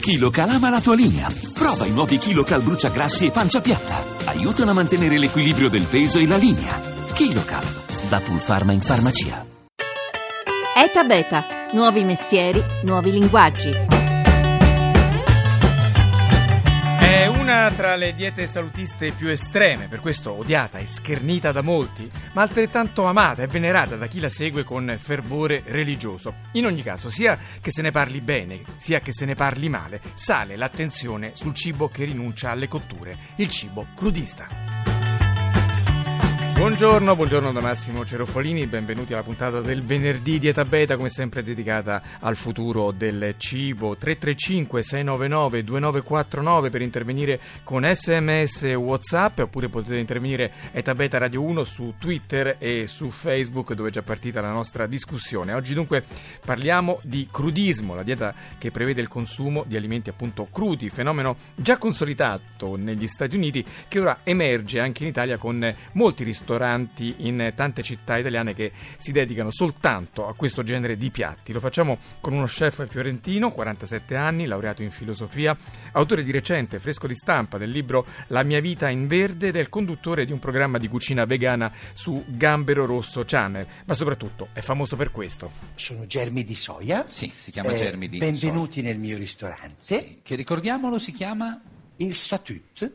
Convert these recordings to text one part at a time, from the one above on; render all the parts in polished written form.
KiloCal ama la tua linea. Prova i nuovi KiloCal bruciagrassi e pancia piatta. Aiutano a mantenere l'equilibrio del peso e la linea. KiloCal, da Pulpharma in farmacia. ETA Beta, nuovi mestieri, nuovi linguaggi. È una tra le diete salutiste più estreme, per questo odiata e schernita da molti, ma altrettanto amata e venerata da chi la segue con fervore religioso. In ogni caso, sia che se ne parli bene, sia che se ne parli male, sale l'attenzione sul cibo che rinuncia alle cotture, il cibo crudista. Buongiorno da Massimo Cerofolini, benvenuti alla puntata del venerdì di ETA Beta, come sempre dedicata al futuro del cibo. 335-699-2949 per intervenire con SMS e WhatsApp, oppure potete intervenire ETA Beta Radio 1 su Twitter e su Facebook, dove è già partita la nostra discussione. Oggi dunque parliamo di crudismo, la dieta che prevede il consumo di alimenti appunto crudi, fenomeno già consolidato negli Stati Uniti che ora emerge anche in Italia con molti ristoranti in tante città italiane che si dedicano soltanto a questo genere di piatti. Lo facciamo con uno chef fiorentino, 47 anni, laureato in filosofia, autore di recente, fresco di stampa, del libro La mia vita in verde, ed è il conduttore di un programma di cucina vegana su Gambero Rosso Channel, ma soprattutto è famoso per questo. Sono germi di soia. Sì, si chiama germi di benvenuti soia. nel mio ristorante. Sì, che ricordiamolo si chiama Il Statut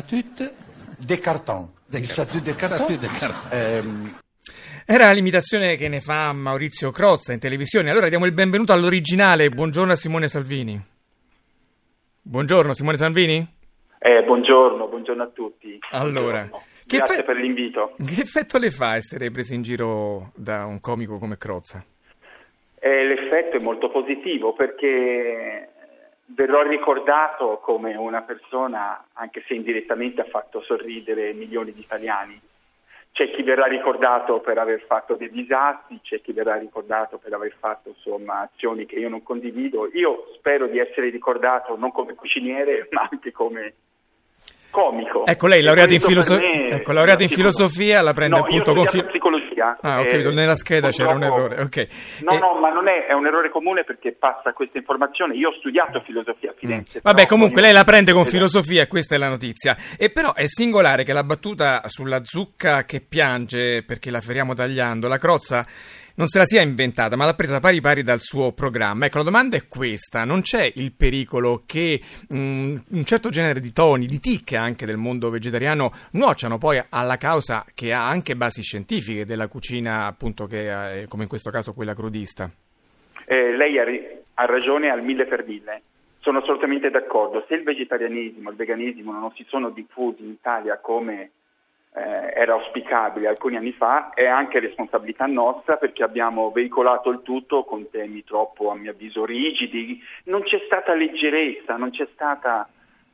de Carton. Il Statut de Carton. Era l'imitazione che ne fa Maurizio Crozza in televisione. Allora diamo il benvenuto all'originale. Buongiorno a Simone Salvini. Buongiorno Simone Salvini. Buongiorno a tutti. Allora, grazie per l'invito. Che effetto le fa essere presi in giro da un comico come Crozza? L'effetto è molto positivo, perché verrò ricordato come una persona, anche se indirettamente ha fatto sorridere milioni di italiani. C'è chi verrà ricordato per aver fatto dei disastri, c'è chi verrà ricordato per aver fatto azioni che io non condivido. Io spero di essere ricordato non come cuciniere, ma anche come comico. Ecco, lei laureato in filosofia, la prende appunto con psicologia. Ho capito, nella scheda c'era un errore. Okay. No, ma non è un errore comune, perché passa questa informazione. Io ho studiato filosofia a Firenze. Vabbè, comunque lei la prende con filosofia e questa è la notizia. E però è singolare che la battuta sulla zucca che piange perché la feriamo tagliando, la Crozza non se la sia inventata, ma l'ha presa pari pari dal suo programma. Ecco, la domanda è questa: non c'è il pericolo che un certo genere di toni, di ticche anche del mondo vegetariano nuociano poi alla causa che ha anche basi scientifiche della cucina, appunto, che è, come in questo caso, quella crudista? Lei ha ragione al 1000%. Sono assolutamente d'accordo. Se il vegetarianesimo e il veganesimo non si sono diffusi in Italia come era auspicabile alcuni anni fa, è anche responsabilità nostra, perché abbiamo veicolato il tutto con temi troppo, a mio avviso, rigidi. Non c'è stata leggerezza, non c'è stata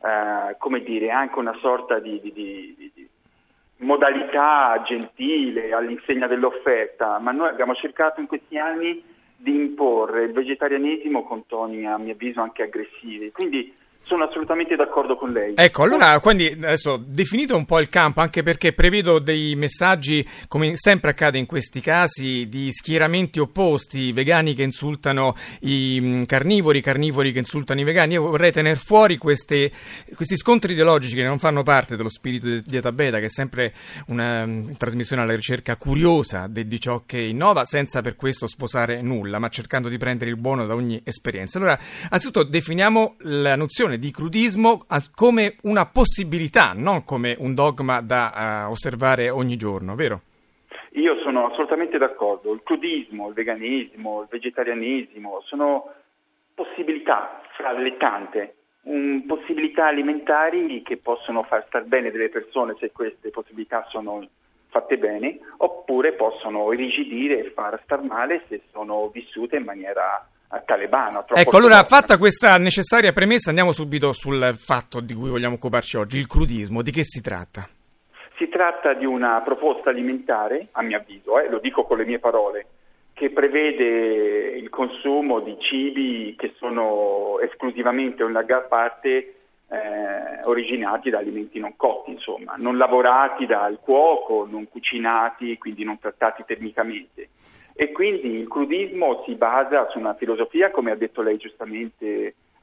anche una sorta di modalità gentile all'insegna dell'offerta, ma noi abbiamo cercato in questi anni di imporre il vegetarianesimo con toni, a mio avviso, anche aggressivi. Quindi sono assolutamente d'accordo con lei. Ecco, allora, quindi adesso definito un po' il campo, anche perché prevedo dei messaggi, come sempre accade in questi casi, di schieramenti opposti, vegani che insultano i carnivori che insultano i vegani. Io vorrei tenere fuori questi scontri ideologici che non fanno parte dello spirito di ETA Beta, che è sempre una trasmissione alla ricerca curiosa di ciò che innova, senza per questo sposare nulla, ma cercando di prendere il buono da ogni esperienza. Allora, anzitutto definiamo la nozione di crudismo come una possibilità, non come un dogma da osservare ogni giorno, vero? Io sono assolutamente d'accordo. Il crudismo, il veganesimo, il vegetarianesimo sono possibilità fra le tante, possibilità alimentari che possono far star bene delle persone se queste possibilità sono fatte bene, oppure possono irrigidire e far star male se sono vissute in maniera talebano. Ecco, allora, fatta questa necessaria premessa, andiamo subito sul fatto di cui vogliamo occuparci oggi, il crudismo. Di che si tratta? Si tratta di una proposta alimentare, a mio avviso, lo dico con le mie parole, che prevede il consumo di cibi che sono esclusivamente o in larga parte originati da alimenti non cotti, insomma, non lavorati dal cuoco, non cucinati, quindi non trattati termicamente. E quindi il crudismo si basa su una filosofia, come ha detto lei giustamente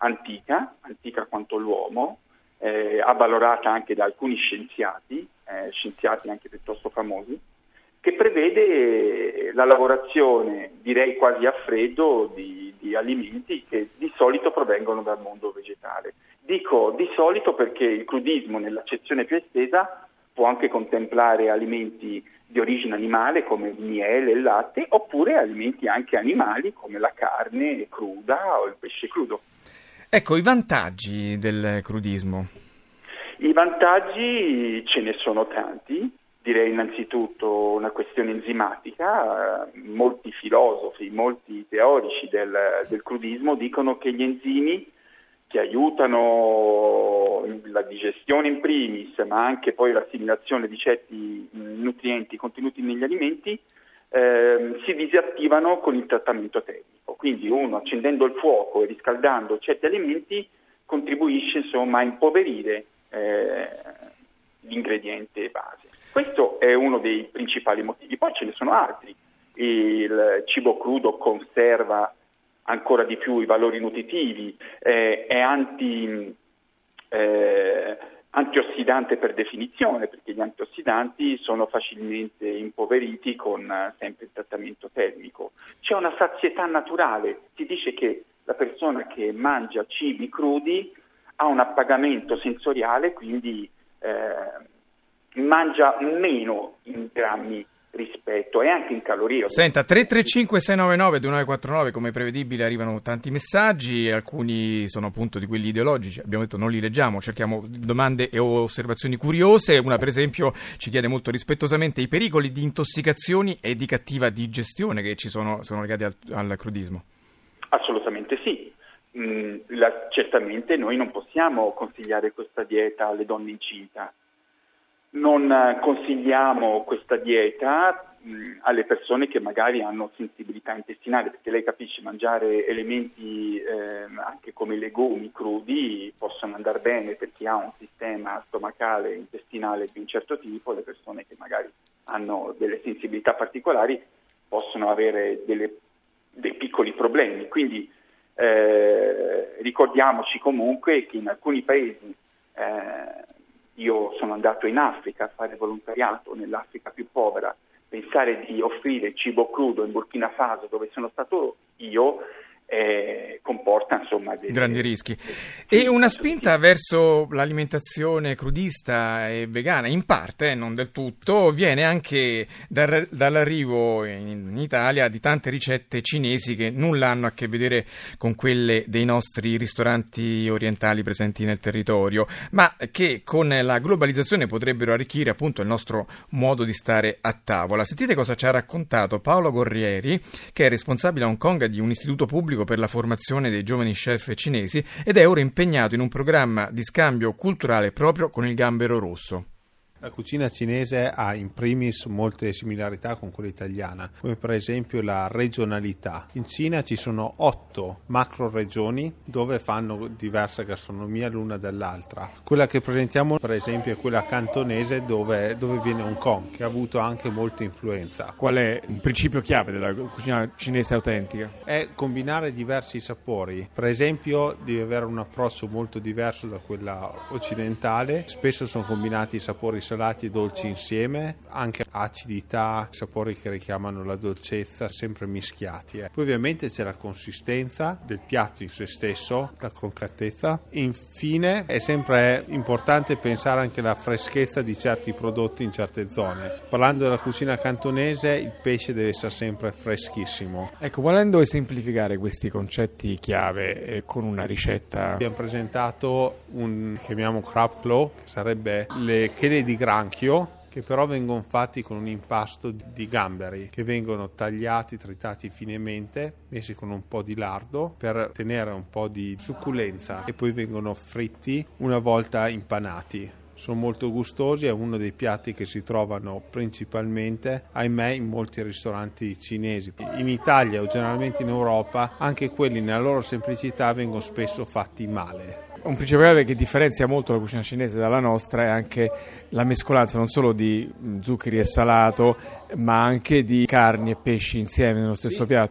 antica quanto l'uomo, avvalorata anche da alcuni scienziati anche piuttosto famosi, che prevede la lavorazione, direi quasi a freddo, di alimenti che di solito provengono dal mondo vegetale. Dico di solito perché il crudismo, nell'accezione più estesa, può anche contemplare alimenti di origine animale come il miele e il latte, oppure alimenti anche animali come la carne cruda o il pesce crudo. Ecco, i vantaggi del crudismo. I vantaggi ce ne sono tanti. Direi innanzitutto una questione enzimatica. Molti filosofi, molti teorici del crudismo dicono che gli enzimi, che aiutano la digestione in primis, ma anche poi l'assimilazione di certi nutrienti contenuti negli alimenti, si disattivano con il trattamento termico. Quindi uno, accendendo il fuoco e riscaldando certi alimenti, contribuisce insomma a impoverire l'ingrediente base. Questo è uno dei principali motivi. Poi ce ne sono altri. Il cibo crudo conserva ancora di più i valori nutritivi, è antiossidante per definizione, perché gli antiossidanti sono facilmente impoveriti con sempre il trattamento termico. C'è una sazietà naturale. Si dice che la persona che mangia cibi crudi ha un appagamento sensoriale, quindi mangia meno in grammi rispetto e anche in calorie. Senta, 335-699-2949, come prevedibile arrivano tanti messaggi, alcuni sono appunto di quelli ideologici, abbiamo detto non li leggiamo, cerchiamo domande e osservazioni curiose. Una per esempio ci chiede molto rispettosamente i pericoli di intossicazioni e di cattiva digestione che sono legati al crudismo. Assolutamente sì. Certamente noi non possiamo consigliare questa dieta alle donne incinte. Non consigliamo questa dieta alle persone che magari hanno sensibilità intestinale, perché lei capisce, mangiare elementi anche come legumi crudi possono andare bene per chi ha un sistema stomacale e intestinale di un certo tipo. Le persone che magari hanno delle sensibilità particolari possono avere dei piccoli problemi. Quindi ricordiamoci comunque che in alcuni paesi, io sono andato in Africa a fare volontariato, nell'Africa più povera, pensare di offrire cibo crudo in Burkina Faso, dove sono stato io, comporta insomma grandi rischi. E una spinta verso l'alimentazione crudista e vegana, in parte, non del tutto, viene anche dall'arrivo in Italia di tante ricette cinesi che nulla hanno a che vedere con quelle dei nostri ristoranti orientali presenti nel territorio, ma che con la globalizzazione potrebbero arricchire appunto il nostro modo di stare a tavola. Sentite cosa ci ha raccontato Paolo Gorrieri, che è responsabile a Hong Kong di un istituto pubblico per la formazione dei giovani chef cinesi ed è ora impegnato in un programma di scambio culturale proprio con il gambero rosso. La cucina cinese ha in primis molte similarità con quella italiana, come per esempio la regionalità. In Cina ci sono 8 macro regioni dove fanno diversa gastronomia l'una dall'altra. Quella che presentiamo per esempio è quella cantonese dove viene Hong Kong, che ha avuto anche molta influenza. Qual è il principio chiave della cucina cinese autentica? È combinare diversi sapori. Per esempio deve avere un approccio molto diverso da quella occidentale. Spesso sono combinati sapori salati e dolci insieme, anche acidità, sapori che richiamano la dolcezza, sempre mischiati. Poi ovviamente c'è la consistenza del piatto in se stesso, la croccantezza. Infine è sempre importante pensare anche alla freschezza di certi prodotti in certe zone. Parlando della cucina cantonese, il pesce deve essere sempre freschissimo. Ecco, volendo semplificare questi concetti chiave con una ricetta, abbiamo presentato chiamiamo crab claw, che sarebbe le chele di granchio, che però vengono fatti con un impasto di gamberi che vengono tagliati, tritati finemente, messi con un po' di lardo per ottenere un po' di succulenza e poi vengono fritti una volta impanati. Sono molto gustosi, è uno dei piatti che si trovano principalmente, ahimè, in molti ristoranti cinesi. In Italia o generalmente in Europa, anche quelli nella loro semplicità vengono spesso fatti male. Un principio che differenzia molto la cucina cinese dalla nostra è anche la mescolanza non solo di zuccheri e salato, ma anche di carni e pesci insieme nello stesso piatto.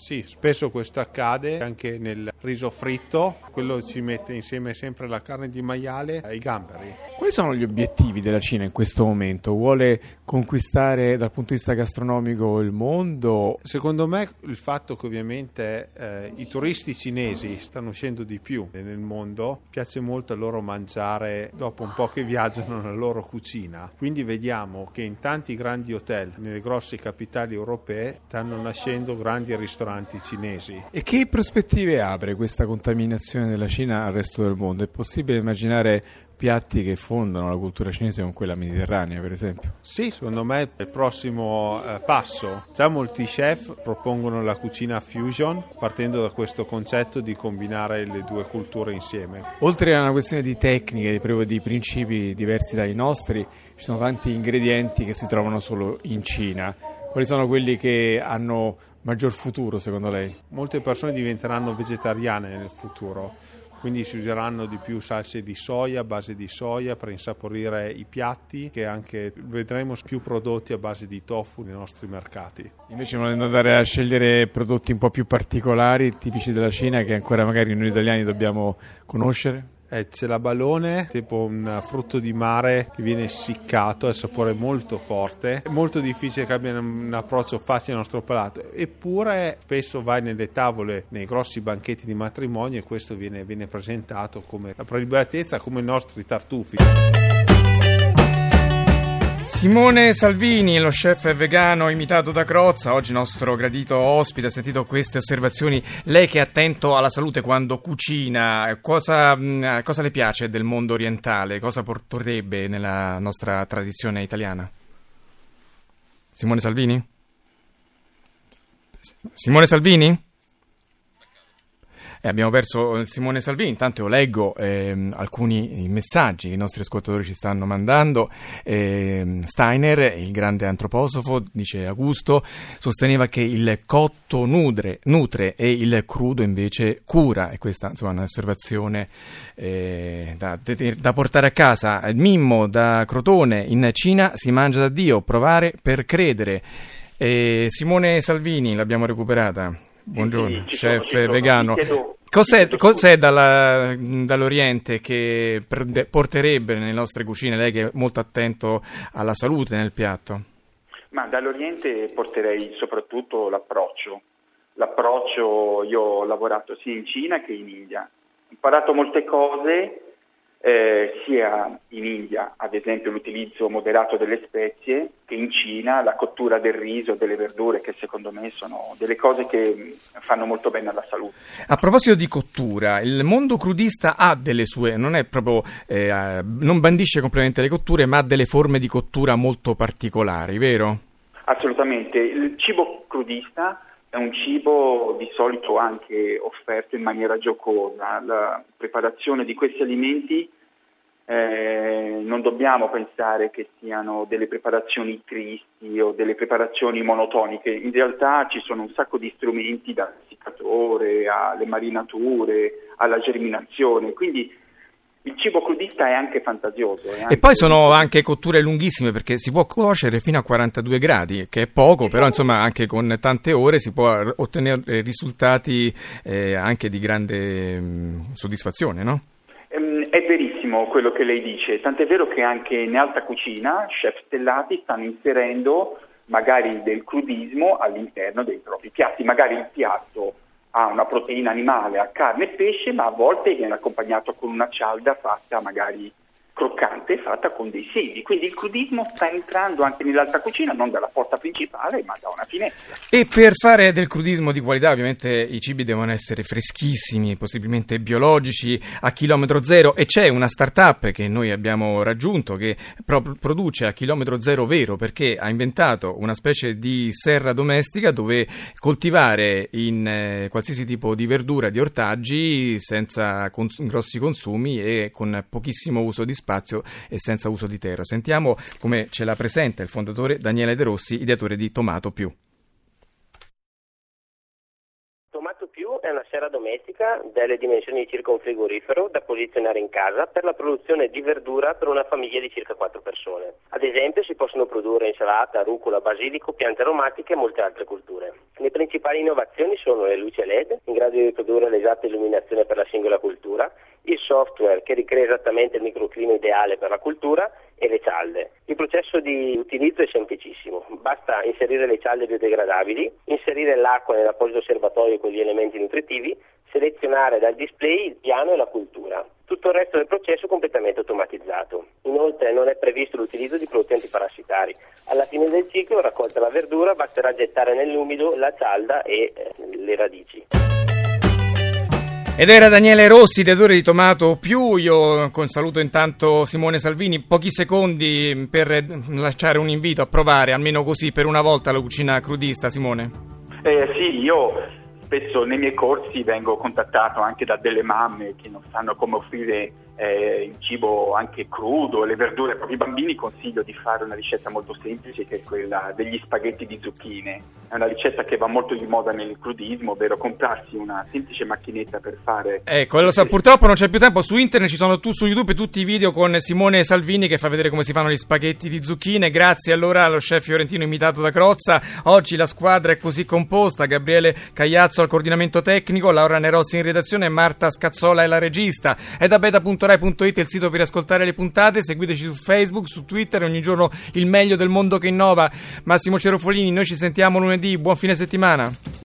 Sì, spesso questo accade anche nel riso fritto, quello ci mette insieme sempre la carne di maiale e i gamberi. Quali sono gli obiettivi della Cina in questo momento? Vuole conquistare dal punto di vista gastronomico il mondo? Secondo me il fatto che ovviamente i turisti cinesi stanno uscendo di più nel mondo, piace molto a loro mangiare dopo un po' che viaggiano nella loro cucina, quindi vediamo che in tanti grandi hotel nelle grosse capitali europee stanno nascendo grandi ristoranti cinesi. E che prospettive apre questa contaminazione della Cina al resto del mondo? È possibile immaginare piatti che fondano la cultura cinese con quella mediterranea, per esempio? Sì, secondo me è il prossimo passo. Già molti chef propongono la cucina fusion, partendo da questo concetto di combinare le due culture insieme. Oltre a una questione di tecniche, proprio di principi diversi dai nostri, ci sono tanti ingredienti che si trovano solo in Cina. Quali sono quelli che hanno maggior futuro, secondo lei? Molte persone diventeranno vegetariane nel futuro, quindi si useranno di più salse di soia, a base di soia per insaporire i piatti, che anche vedremo più prodotti a base di tofu nei nostri mercati. Invece volendo andare a scegliere prodotti un po' più particolari, tipici della Cina, che ancora magari noi italiani dobbiamo conoscere? C'è l'abalone, tipo un frutto di mare che viene essiccato, ha il sapore molto forte, è molto difficile che abbia un approccio facile al nostro palato, eppure spesso vai nelle tavole, nei grossi banchetti di matrimonio, e questo viene presentato come la prelibatezza, come i nostri tartufi. Simone Salvini, lo chef vegano imitato da Crozza, oggi nostro gradito ospite. Ha sentito queste osservazioni? Lei che è attento alla salute quando cucina, cosa le piace del mondo orientale? Cosa porterebbe nella nostra tradizione italiana? Simone Salvini? Simone Salvini? Abbiamo perso Simone Salvini. Intanto io leggo alcuni messaggi che i nostri ascoltatori ci stanno mandando. Steiner, il grande antroposofo, dice Augusto, sosteneva che il cotto nutre e il crudo invece cura, e questa insomma è un'osservazione da portare a casa. Mimmo da Crotone, in Cina si mangia da Dio, provare per credere. Simone Salvini, l'abbiamo recuperata. Buongiorno, chef vegano. Cos'è dall'Oriente che porterebbe nelle nostre cucine, lei che è molto attento alla salute nel piatto? Ma dall'Oriente porterei soprattutto l'approccio. Io ho lavorato sia in Cina che in India. Ho imparato molte cose, sia in India, ad esempio l'utilizzo moderato delle spezie, che in Cina la cottura del riso, delle verdure, che secondo me sono delle cose che fanno molto bene alla salute. A proposito di cottura, il mondo crudista ha delle sue, non è proprio, non bandisce completamente le cotture, ma ha delle forme di cottura molto particolari, vero? Assolutamente. Il cibo crudista è un cibo di solito anche offerto in maniera giocosa. La preparazione di questi alimenti non dobbiamo pensare che siano delle preparazioni tristi o delle preparazioni monotoniche. In realtà ci sono un sacco di strumenti, dal essiccatore alle marinature, alla germinazione, quindi il cibo crudista è anche fantasioso. E poi sono anche cotture lunghissime, perché si può cuocere fino a 42 gradi, che è poco, però insomma anche con tante ore si può ottenere risultati anche di grande soddisfazione, no? È verissimo quello che lei dice, tant'è vero che anche in alta cucina chef stellati stanno inserendo magari del crudismo all'interno dei propri piatti. Magari il piatto ha una proteina animale, ha carne e pesce, ma a volte viene accompagnato con una cialda fatta magari croccante, fatta con dei semi. Quindi il crudismo sta entrando anche nell'alta cucina, non dalla porta principale, ma da una finestra. E per fare del crudismo di qualità, ovviamente i cibi devono essere freschissimi, possibilmente biologici, a chilometro zero, e c'è una start-up che noi abbiamo raggiunto che produce a chilometro zero vero, perché ha inventato una specie di serra domestica dove coltivare in qualsiasi tipo di verdura, di ortaggi, senza grossi consumi e con pochissimo uso di spazio e senza uso di terra. Sentiamo come ce la presenta il fondatore Daniele De Rossi, ideatore di Tomato Più. Tomato Più è una serra domestica delle dimensioni di circa un frigorifero da posizionare in casa per la produzione di verdura per una famiglia di circa 4 persone. Ad esempio si possono produrre insalata, rucola, basilico, piante aromatiche e molte altre culture. Le principali innovazioni sono le luci LED, in grado di riprodurre l'esatta illuminazione per la singola cultura, il software che ricrea esattamente il microclima ideale per la cultura e le cialde. Il processo di utilizzo è semplicissimo, basta inserire le cialde biodegradabili, inserire l'acqua nell'apposito serbatoio con gli elementi nutritivi, selezionare dal display il piano e la cultura. Tutto il resto del processo è completamente automatizzato. Inoltre non è previsto l'utilizzo di prodotti antiparassitari. Alla fine del ciclo, raccolta la verdura, basterà gettare nell'umido la cialda e le radici. Ed era Daniele Rossi, ideatore di Tomato Più. Io saluto intanto Simone Salvini, pochi secondi per lasciare un invito a provare, almeno così, per una volta la cucina crudista. Simone? Sì, io spesso nei miei corsi vengo contattato anche da delle mamme che non sanno come offrire il cibo anche crudo, le verdure ai propri bambini. Consiglio di fare una ricetta molto semplice, che è quella degli spaghetti di zucchine. È una ricetta che va molto di moda nel crudismo, ovvero comprarsi una semplice macchinetta per fare... Ecco, purtroppo non c'è più tempo. Su internet ci sono su YouTube tutti i video con Simone Salvini che fa vedere come si fanno gli spaghetti di zucchine. Grazie allora allo chef fiorentino imitato da Crozza. Oggi la squadra è così composta: Gabriele Cagliazzo al coordinamento tecnico, Laura Nerozzi in redazione e Marta Scazzola è la regista. Etabeta.rai.it è il sito per ascoltare le puntate. Seguiteci su Facebook, su Twitter, ogni giorno il meglio del mondo che innova. Massimo Cerofolini, noi ci sentiamo lunedì. Buon fine settimana.